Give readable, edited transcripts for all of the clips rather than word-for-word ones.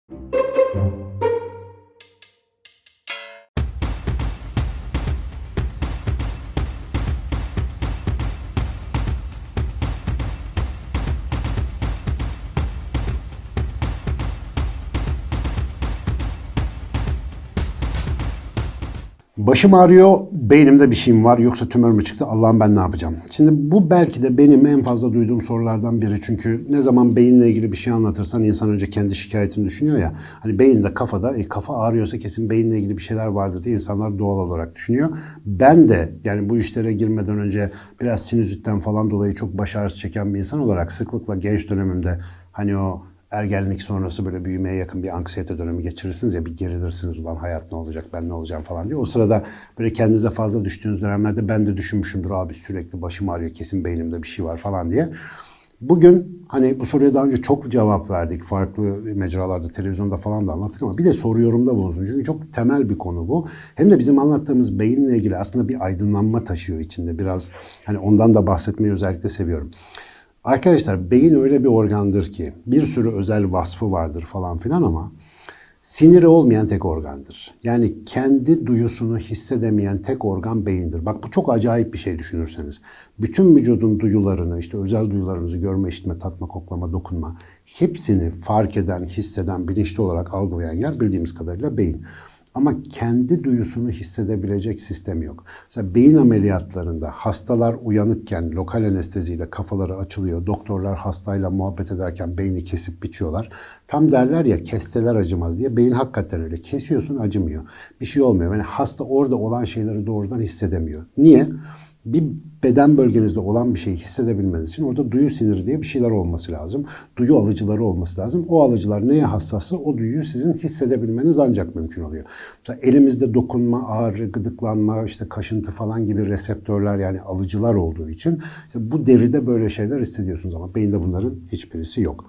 Başım ağrıyor, beynimde bir şeyim var yoksa tümör mü çıktı, Allah'ım ben ne yapacağım? Şimdi bu belki de benim en fazla duyduğum sorulardan biri. Çünkü ne zaman beyinle ilgili bir şey anlatırsan insan önce kendi şikayetini düşünüyor ya. Hani beyinde, kafada, kafa ağrıyorsa kesin beyinle ilgili bir şeyler vardır diye insanlar doğal olarak düşünüyor. Ben de yani bu işlere girmeden önce biraz sinüzitten falan dolayı çok baş ağrısı çeken bir insan olarak sıklıkla genç dönemimde hani o ergenlik sonrası böyle büyümeye yakın bir anksiyete dönemi geçirirsiniz ya, bir gerilirsiniz, ulan hayat ne olacak, ben ne olacağım falan diye. O sırada böyle kendinize fazla düştüğünüz dönemlerde ben de düşünmüşümdür, abi sürekli başım ağrıyor, kesin beynimde bir şey var falan diye. Bugün hani bu soruya daha önce çok cevap verdik. Farklı mecralarda, televizyonda falan da anlattık ama bir de soru yorumda bulunsun. Çünkü çok temel bir konu bu. Hem de bizim anlattığımız beyinle ilgili aslında bir aydınlanma taşıyor içinde. Biraz hani ondan da bahsetmeyi özellikle seviyorum. Arkadaşlar beyin öyle bir organdır ki bir sürü özel vasfı vardır falan filan ama siniri olmayan tek organdır. Yani kendi duyusunu hissedemeyen tek organ beyindir. Bak bu çok acayip bir şey düşünürseniz. Bütün vücudun duyularını, işte özel duyularımızı, görme, işitme, tatma, koklama, dokunma, hepsini fark eden, hisseden, bilinçli olarak algılayan yer bildiğimiz kadarıyla beyin. Ama kendi duyusunu hissedebilecek sistem yok. Mesela beyin ameliyatlarında hastalar uyanıkken lokal anesteziyle kafaları açılıyor. Doktorlar hastayla muhabbet ederken beyni kesip biçiyorlar. Tam derler ya, kesseler acımaz diye. Beyin hakikaten öyle. Kesiyorsun, acımıyor. Bir şey olmuyor. Yani hasta orada olan şeyleri doğrudan hissedemiyor. Niye? Bir beden bölgenizde olan bir şeyi hissedebilmeniz için orada duyu siniri diye bir şeyler olması lazım. Duyu alıcıları olması lazım. O alıcılar neye hassassa o duyuyu sizin hissedebilmeniz ancak mümkün oluyor. Mesela elimizde dokunma, ağrı, gıdıklanma, işte kaşıntı falan gibi reseptörler, yani alıcılar olduğu için işte bu deride böyle şeyler hissediyorsunuz ama beyinde bunların hiçbirisi yok.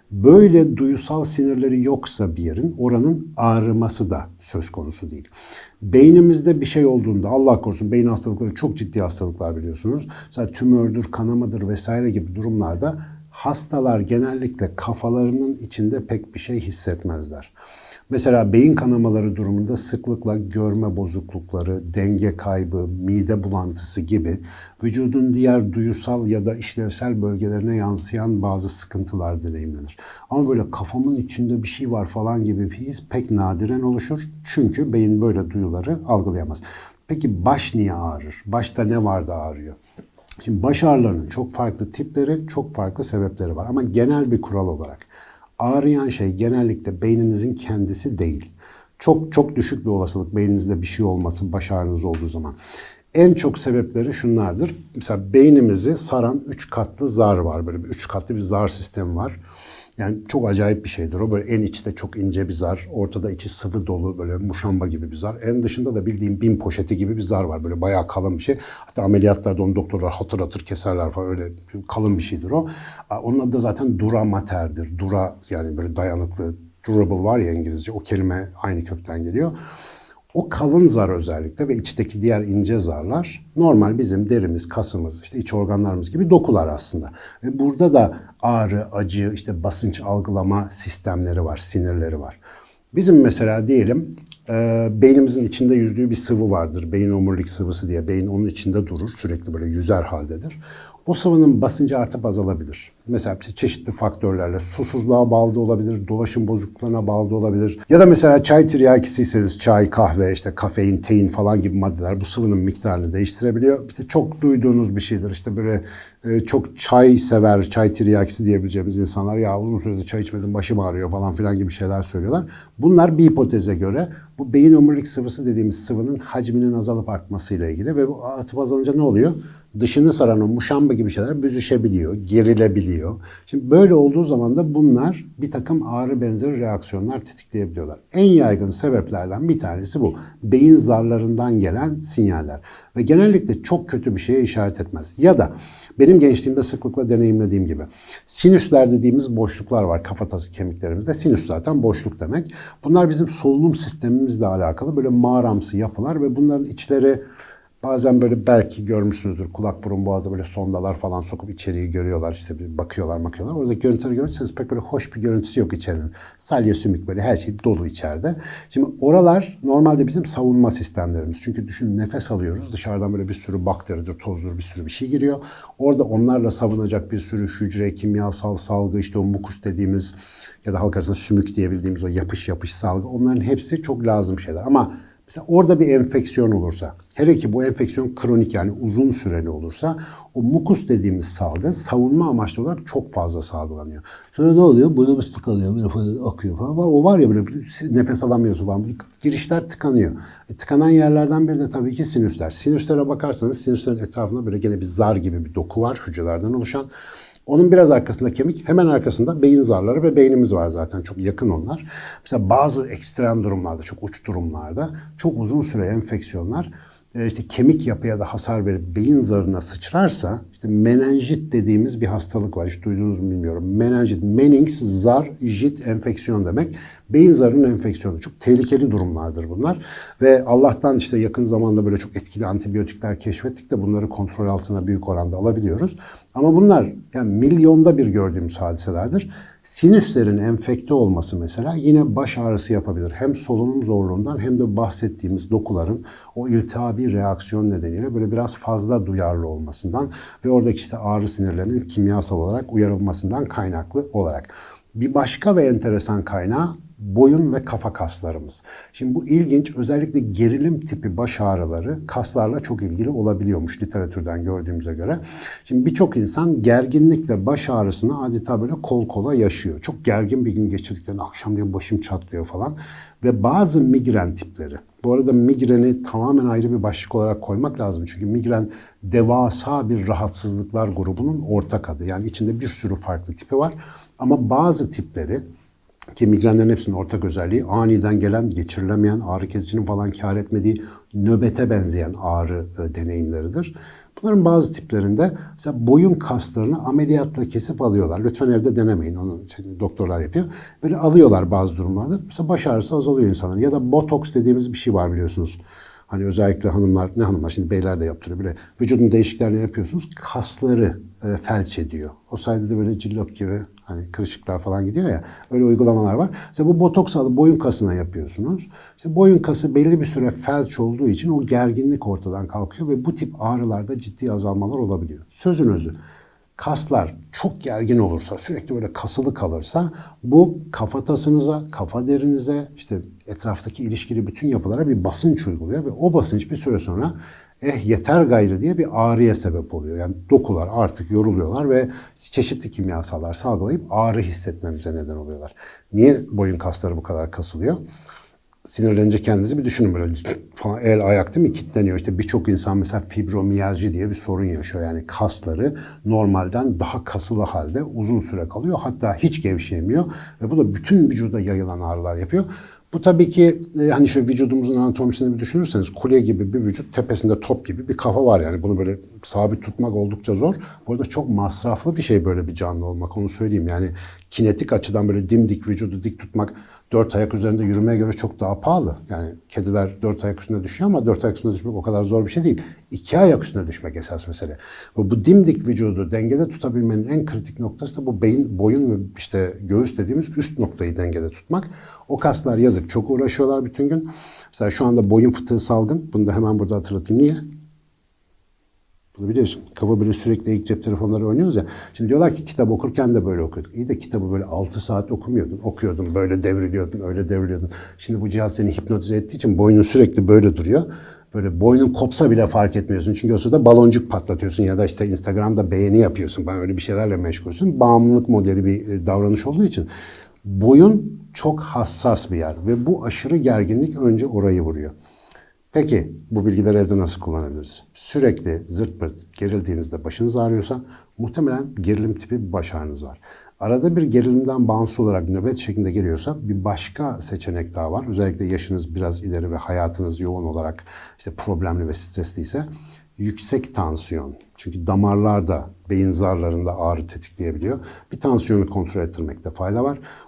Böyle duysal sinirleri yoksa bir yerin, oranın ağrıması da söz konusu değil. Beynimizde bir şey olduğunda, Allah korusun, beyin hastalıkları çok ciddi hastalıklar biliyorsunuz. Mesela tümördür, kanamadır vesaire gibi durumlarda hastalar genellikle kafalarının içinde pek bir şey hissetmezler. Mesela beyin kanamaları durumunda sıklıkla görme bozuklukları, denge kaybı, mide bulantısı gibi vücudun diğer duyusal ya da işlevsel bölgelerine yansıyan bazı sıkıntılar deneyimlenir. Ama böyle kafamın içinde bir şey var falan gibi bir his pek nadiren oluşur. Çünkü beyin böyle duyuları algılayamaz. Peki baş niye ağrır? Başta ne var da ağrıyor? Şimdi baş ağrılarının çok farklı tipleri, çok farklı sebepleri var. Ama genel bir kural olarak ağrıyan şey genellikle beyninizin kendisi değil. Çok çok düşük bir olasılık beyninizde bir şey olması baş ağrınız olduğu zaman. En çok sebepleri şunlardır. Mesela beynimizi saran 3 katlı zar var. Böyle bir 3 katlı bir zar sistemi var. Yani çok acayip bir şeydir o. Böyle en içte çok ince bir zar. Ortada içi sıvı dolu, böyle muşamba gibi bir zar. En dışında da bildiğim bin poşeti gibi bir zar var. Böyle bayağı kalın bir şey. Hatta ameliyatlarda onu doktorlar hatır hatır keserler falan. Öyle kalın bir şeydir o. Onun adı da zaten dura mater'dir. Dura, yani böyle dayanıklı. Durable var ya İngilizce. O kelime aynı kökten geliyor. O kalın zar özellikle ve içteki diğer ince zarlar normal bizim derimiz, kasımız, işte iç organlarımız gibi dokular aslında. Ve burada da ağrı, acı, işte basınç algılama sistemleri var, sinirleri var. Bizim mesela diyelim beynimizin içinde yüzdüğü bir sıvı vardır. Beyin omurilik sıvısı diye. Beyin onun içinde durur. Sürekli böyle yüzer haldedir. O sıvının basıncı artıp azalabilir. Mesela çeşitli faktörlerle susuzluğa bağlı da olabilir, dolaşım bozukluklarına bağlı da olabilir. Ya da mesela çay tiryakisiyseniz çay, kahve, işte kafein, tein falan gibi maddeler bu sıvının miktarını değiştirebiliyor. İşte çok duyduğunuz bir şeydir. İşte böyle çok çay sever, çay tiryakisi diyebileceğimiz insanlar ya uzun süredir çay içmedim, başım ağrıyor falan filan gibi şeyler söylüyorlar. Bunlar bir hipoteze göre bu beyin omurilik sıvısı dediğimiz sıvının hacminin azalıp artmasıyla ilgili ve bu atıp azalınca ne oluyor? Dışını saran o muşamba gibi şeyler büzüşebiliyor, gerilebiliyor. Şimdi böyle olduğu zaman da bunlar bir takım ağrı benzeri reaksiyonlar tetikleyebiliyorlar. En yaygın sebeplerden bir tanesi bu. Beyin zarlarından gelen sinyaller. Ve genellikle çok kötü bir şeye işaret etmez. Ya da benim gençliğimde sıklıkla deneyimlediğim gibi sinüsler dediğimiz boşluklar var kafatası kemiklerimizde. Sinüs zaten boşluk demek. Bunlar bizim solunum sistemimizle alakalı böyle mağaramsı yapılar ve bunların içleri Bazen böyle belki görmüşsünüzdür kulak burun boğazda böyle sondalar falan sokup içeriği görüyorlar. İşte bir bakıyorlar. Orada görüntüleri görürseniz pek böyle hoş bir görüntüsü yok içerinin. Salya sümük böyle her şey dolu içeride. Şimdi oralar normalde bizim savunma sistemlerimiz. Çünkü düşün nefes alıyoruz. Dışarıdan böyle bir sürü bakteridir, tozdur bir sürü bir şey giriyor. Orada onlarla savunacak bir sürü hücre, kimyasal salgı, işte o mukus dediğimiz ya da halk arasında sümük diyebildiğimiz o yapış salgı, onların hepsi çok lazım şeyler. Ama mesela orada bir enfeksiyon olursa, hele ki bu enfeksiyon kronik yani uzun süreli olursa o mukus dediğimiz salgı savunma amaçlı olarak çok fazla salgılanıyor. Sonra ne oluyor? Böyle bir tıkanıyor, böyle akıyor falan. O var ya böyle nefes alamıyorsun falan. Girişler tıkanıyor. Tıkanan yerlerden biri de tabii ki sinüsler. Sinüslere bakarsanız sinüslerin etrafında böyle gene bir zar gibi bir doku var hücrelerden oluşan. Onun biraz arkasında kemik, hemen arkasında beyin zarları ve beynimiz var zaten. Çok yakın onlar. Mesela bazı ekstrem durumlarda, çok uç durumlarda, çok uzun süre enfeksiyonlar işte kemik yapıya da hasar verip beyin zarına sıçrarsa işte menenjit dediğimiz bir hastalık var. Hiç duydunuz mu bilmiyorum. Menenjit, menings, zar, jit enfeksiyon demek. Beyin zarının enfeksiyonu. Çok tehlikeli durumlardır bunlar. Ve Allah'tan işte yakın zamanda böyle çok etkili antibiyotikler keşfettik de bunları kontrol altına büyük oranda alabiliyoruz. Ama bunlar yani milyonda bir gördüğümüz hadiselerdir. Sinüslerin enfekte olması mesela yine baş ağrısı yapabilir. Hem solunum zorluğundan hem de bahsettiğimiz dokuların o iltihabi reaksiyon nedeniyle böyle biraz fazla duyarlı olmasından ve oradaki işte ağrı sinirlerinin kimyasal olarak uyarılmasından kaynaklı olarak. Bir başka ve enteresan kaynağı boyun ve kafa kaslarımız. Şimdi bu ilginç, özellikle gerilim tipi baş ağrıları kaslarla çok ilgili olabiliyormuş literatürden gördüğümüze göre. Şimdi birçok insan gerginlikle baş ağrısını adeta böyle kol kola yaşıyor. Çok gergin bir gün geçirdiklerinde akşam diye başım çatlıyor falan. Ve bazı migren tipleri. Bu arada migreni tamamen ayrı bir başlık olarak koymak lazım. Çünkü migren devasa bir rahatsızlıklar grubunun ortak adı. Yani içinde bir sürü farklı tipi var. Ama bazı tipleri, ki migrenlerin hepsinin ortak özelliği aniden gelen, geçirilemeyen, ağrı kesicinin falan kâr etmediği, nöbete benzeyen ağrı deneyimleridir. Bunların bazı tiplerinde mesela boyun kaslarını ameliyatla kesip alıyorlar. Lütfen evde denemeyin, onu doktorlar yapıyor. Böyle alıyorlar bazı durumlarda. Mesela baş ağrısı azalıyor insanların. Ya da botoks dediğimiz bir şey var biliyorsunuz. Hani özellikle hanımlar, ne hanımlar şimdi beyler de yaptırıyor bile. Vücudun değişikliklerini yapıyorsunuz. Kasları felç ediyor. O sayede de böyle cillop gibi hani kırışıklar falan gidiyor ya. Öyle uygulamalar var. Mesela bu botoks alıp boyun kasına yapıyorsunuz. İşte boyun kası belli bir süre felç olduğu için o gerginlik ortadan kalkıyor ve bu tip ağrılarda ciddi azalmalar olabiliyor. Sözün özü. Kaslar çok gergin olursa, sürekli böyle kasılı kalırsa bu kafatasınıza, kafa derinize, işte etraftaki ilişkili bütün yapılara bir basınç uyguluyor ve o basınç bir süre sonra yeter gayrı diye bir ağrıya sebep oluyor. Yani dokular artık yoruluyorlar ve çeşitli kimyasallar salgılayıp ağrı hissetmemize neden oluyorlar. Niye boyun kasları bu kadar kasılıyor? Sinirlenince kendinizi bir düşünün böyle falan, el ayak değil mi kilitleniyor. İşte birçok insan mesela fibromiyalji diye bir sorun yaşıyor. Yani kasları normalden daha kasılı halde uzun süre kalıyor. Hatta hiç gevşeyemiyor ve bu da bütün vücuda yayılan ağrılar yapıyor. Bu tabii ki hani şu vücudumuzun anatomisini bir düşünürseniz kule gibi bir vücut, tepesinde top gibi bir kafa var yani. Bunu böyle sabit tutmak oldukça zor. Bu arada çok masraflı bir şey böyle bir canlı olmak, onu söyleyeyim. Yani kinetik açıdan böyle dimdik vücudu dik tutmak 4 ayak üzerinde yürümeye göre çok daha pahalı. Yani kediler 4 ayak üstünde düşüyor ama 4 ayak üstünde düşmek o kadar zor bir şey değil. 2 ayak üstünde düşmek esas mesele. Bu dimdik vücudu dengede tutabilmenin en kritik noktası da bu boyun ve işte göğüs dediğimiz üst noktayı dengede tutmak. O kaslar yazık çok uğraşıyorlar bütün gün. Mesela şu anda boyun fıtığı salgın. Bunu da hemen burada hatırlatayım. Niye? Bunu biliyorsun. Kafa böyle sürekli ilk cep telefonları oynuyoruz ya. Şimdi diyorlar ki kitap okurken de böyle okuyorduk. İyi de kitabı böyle 6 saat okumuyordun. Okuyordun, böyle devriliyordun, öyle devriliyordun. Şimdi bu cihaz seni hipnotize ettiği için boynun sürekli böyle duruyor. Böyle boynun kopsa bile fark etmiyorsun. Çünkü o sırada baloncuk patlatıyorsun ya da işte Instagram'da beğeni yapıyorsun. Ben öyle bir şeylerle meşgulsün. Bağımlılık modeli bir davranış olduğu için. Boyun çok hassas bir yer ve bu aşırı gerginlik önce orayı vuruyor. Peki bu bilgileri evde nasıl kullanabiliriz? Sürekli zırt pırt gerildiğinizde başınız ağrıyorsa muhtemelen gerilim tipi bir baş ağrınız var. Arada bir gerilimden bağımsız olarak nöbet şeklinde geliyorsa bir başka seçenek daha var. Özellikle yaşınız biraz ileri ve hayatınız yoğun olarak işte problemli ve stresliyse yüksek tansiyon. Çünkü damarlarda, beyin zarlarında ağrı tetikleyebiliyor. Bir tansiyonu kontrol ettirmekte fayda var.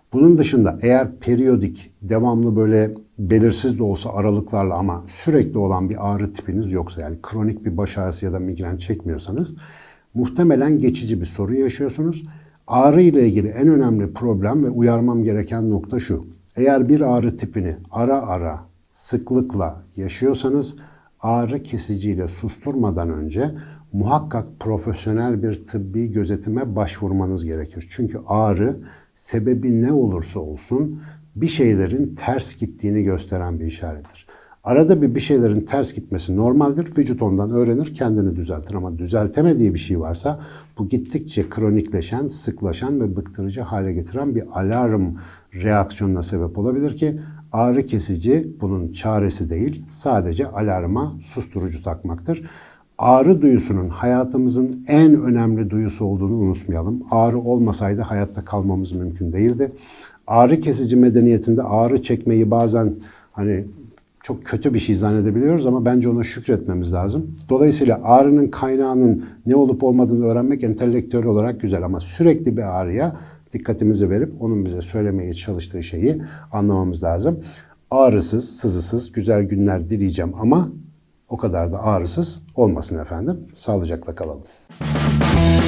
Bunun dışında eğer periyodik, devamlı böyle belirsiz de olsa aralıklarla ama sürekli olan bir ağrı tipiniz yoksa, yani kronik bir baş ağrısı ya da migren çekmiyorsanız muhtemelen geçici bir sorun yaşıyorsunuz. Ağrı ile ilgili en önemli problem ve uyarmam gereken nokta şu: eğer bir ağrı tipini ara ara sıklıkla yaşıyorsanız ağrı kesiciyle susturmadan önce muhakkak profesyonel bir tıbbi gözetime başvurmanız gerekir. Çünkü ağrı sebebi ne olursa olsun bir şeylerin ters gittiğini gösteren bir işarettir. Arada bir şeylerin ters gitmesi normaldir. Vücut ondan öğrenir, kendini düzeltir. Ama düzeltemediği bir şey varsa bu gittikçe kronikleşen, sıklaşan ve bıktırıcı hale getiren bir alarm reaksiyonuna sebep olabilir ki ağrı kesici bunun çaresi değil, sadece alarma susturucu takmaktır. Ağrı duyusunun hayatımızın en önemli duyusu olduğunu unutmayalım. Ağrı olmasaydı hayatta kalmamız mümkün değildi. Ağrı kesici medeniyetinde ağrı çekmeyi bazen çok kötü bir şey zannedebiliyoruz ama bence ona şükretmemiz lazım. Dolayısıyla ağrının kaynağının ne olup olmadığını öğrenmek entelektüel olarak güzel ama sürekli bir ağrıya dikkatimizi verip onun bize söylemeye çalıştığı şeyi anlamamız lazım. Ağrısız, sızısız güzel günler dileyeceğim ama o kadar da ağrısız olmasın efendim. Sağlıcakla kalalım.